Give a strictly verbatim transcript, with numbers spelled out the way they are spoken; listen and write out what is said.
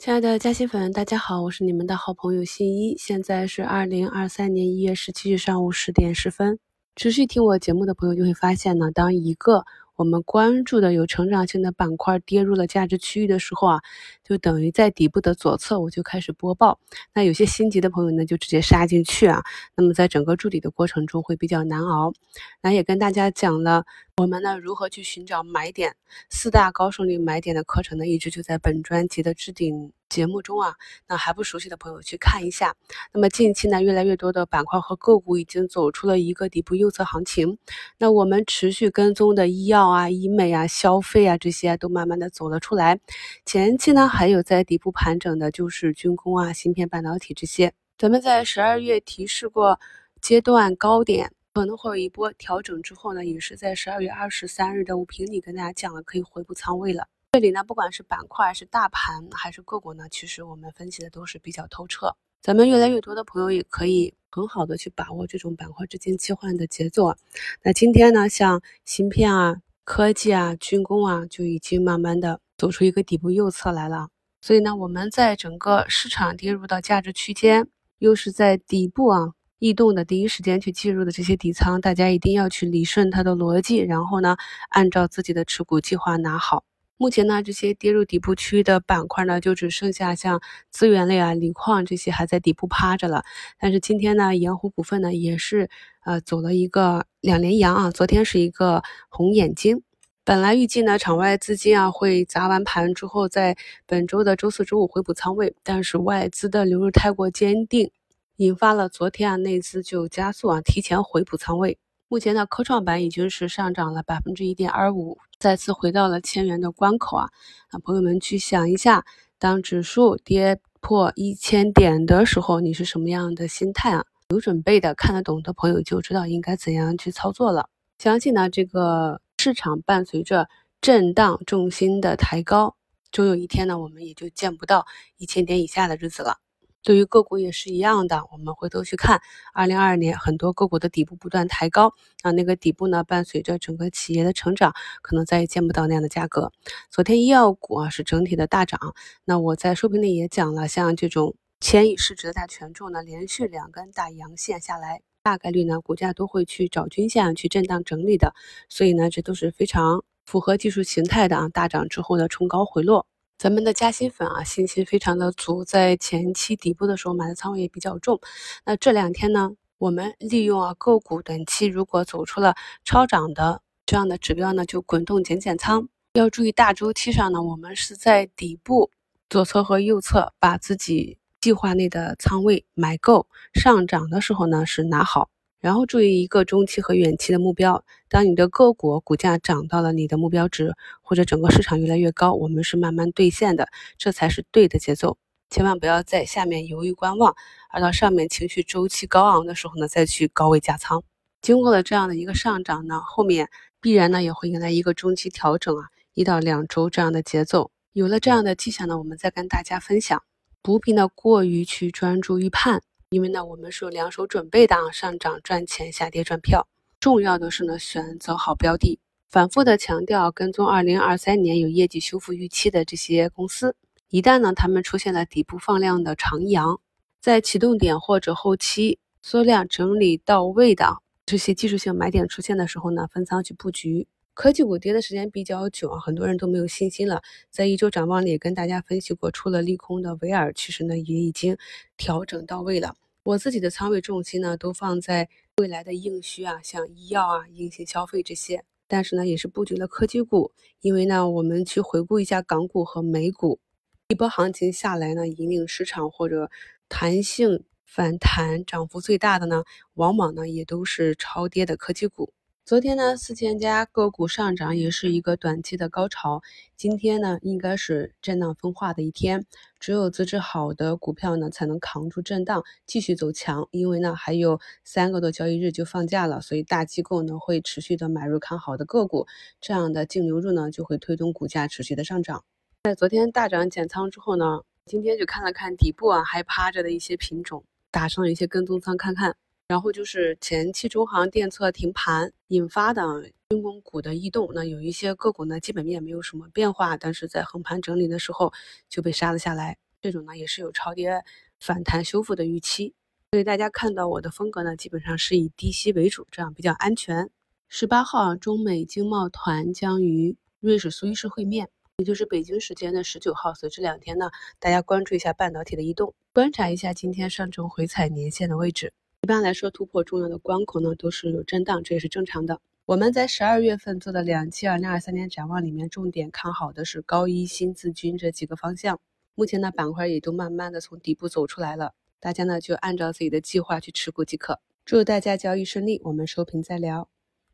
亲爱的嘉兴粉，大家好，我是你们的好朋友信一，现在是二零二三年一月十七日上午十点十分。持续听我节目的朋友就会发现呢，当一个我们关注的有成长性的板块跌入了价值区域的时候啊，就等于在底部的左侧我就开始播报。那有些心急的朋友呢，就直接杀进去啊，那么在整个筑底的过程中会比较难熬。那也跟大家讲了我们呢如何去寻找买点，四大高胜率买点的课程呢，一直就在本专辑的置顶节目中啊，那还不熟悉的朋友去看一下。那么近期呢，越来越多的板块和个股已经走出了一个底部右侧行情。那我们持续跟踪的医药啊、医美啊、消费啊这些都慢慢的走了出来。前期呢，还有在底部盘整的就是军工啊、芯片半导体这些。咱们在十二月提示过阶段高点可能会有一波调整之后呢，也是在十二月二十三日的午评里跟大家讲了，可以回补仓位了。这里呢，不管是板块还是大盘还是个股呢，其实我们分析的都是比较透彻。咱们越来越多的朋友也可以很好的去把握这种板块之间切换的节奏。那今天呢，像芯片啊、科技啊、军工啊，就已经慢慢的走出一个底部右侧来了。所以呢，我们在整个市场跌入到价值区间，又是在底部啊异动的第一时间去介入的这些底仓，大家一定要去理顺它的逻辑，然后呢，按照自己的持股计划拿好。目前呢，这些跌入底部区的板块呢，就只剩下像资源类啊、锂矿这些还在底部趴着了。但是今天呢，盐湖股份呢也是呃走了一个两连阳啊，昨天是一个红眼睛。本来预计呢，场外资金啊会砸完盘之后，在本周的周四周五回补仓位，但是外资的流入太过坚定，引发了昨天啊内资就加速啊提前回补仓位。目前呢，科创板已经是上涨了百分之一点二五，再次回到了千元的关口啊！那朋友们去想一下，当指数跌破一千点的时候，你是什么样的心态啊？有准备的、看得懂的朋友就知道应该怎样去操作了。相信呢，这个市场伴随着震荡重心的抬高，终有一天呢，我们也就见不到一千点以下的日子了。对于个股也是一样的，我们回头去看二零二二年很多个股的底部不断抬高啊，那个底部呢伴随着整个企业的成长，可能再也见不到那样的价格。昨天医药股啊是整体的大涨，那我在收评里也讲了，像这种千亿市值的大权重呢，连续两根大阳线下来，大概率呢股价都会去找均线去震荡整理的，所以呢这都是非常符合技术形态的啊，大涨之后的冲高回落。咱们的嘉兴粉啊，信心非常的足，在前期底部的时候买的仓位也比较重。那这两天呢，我们利用啊个股短期如果走出了超涨的这样的指标呢，就滚动减减仓。要注意大周期上呢，我们是在底部左侧和右侧把自己计划内的仓位买够，上涨的时候呢是拿好。然后注意一个中期和远期的目标，当你的个股股价涨到了你的目标值，或者整个市场越来越高，我们是慢慢兑现的，这才是对的节奏。千万不要在下面犹豫观望，而到上面情绪周期高昂的时候呢，再去高位加仓。经过了这样的一个上涨呢，后面必然呢也会迎来一个中期调整啊，一到两周这样的节奏。有了这样的迹象呢，我们再跟大家分享，不必呢过于去专注预判。因为呢，我们是有两手准备的啊，上涨赚钱，下跌赚票。重要的是呢，选择好标的。反复的强调，跟踪二零二三年有业绩修复预期的这些公司，一旦呢，他们出现了底部放量的长阳，在启动点或者后期缩量整理到位的这些技术性买点出现的时候呢，分仓去布局。科技股跌的时间比较久啊，很多人都没有信心了。在一周展望里也跟大家分析过，出了利空的维尔，其实呢也已经调整到位了。我自己的仓位重心呢，都放在未来的硬需啊，像医药啊、硬性消费这些。但是呢，也是布局了科技股，因为呢，我们去回顾一下港股和美股，一波行情下来呢，引领市场或者弹性反弹涨幅最大的呢，往往呢也都是超跌的科技股。昨天呢，四千家个股上涨，也是一个短期的高潮。今天呢，应该是震荡分化的一天，只有资质好的股票呢，才能扛住震荡，继续走强。因为呢，还有三个多交易日就放假了，所以大机构呢会持续的买入看好的个股，这样的净流入呢就会推动股价持续的上涨。在昨天大涨减仓之后呢，今天就看了看底部啊还趴着的一些品种，打上一些跟踪仓看看。然后就是前期中航电测停盘引发的军工股的异动，那有一些个股呢基本面没有什么变化，但是在横盘整理的时候就被杀了下来。 这种呢也是有超跌反弹修复的预期。所以大家看到我的风格呢，基本上是以低吸为主，这样比较安全。十八号，中美经贸团将于瑞士苏黎世会面，也就是北京时间的十九号。所以这两天呢，大家关注一下半导体的异动，观察一下今天上证回踩年线的位置。一般来说，突破重要的关口呢，都是有震荡，这也是正常的。我们在十二月份做的两期二零二三年展望里面，重点看好的是高一、新自军这几个方向。目前呢，板块也都慢慢的从底部走出来了，大家呢就按照自己的计划去持股即可。祝大家交易顺利，我们收评再聊。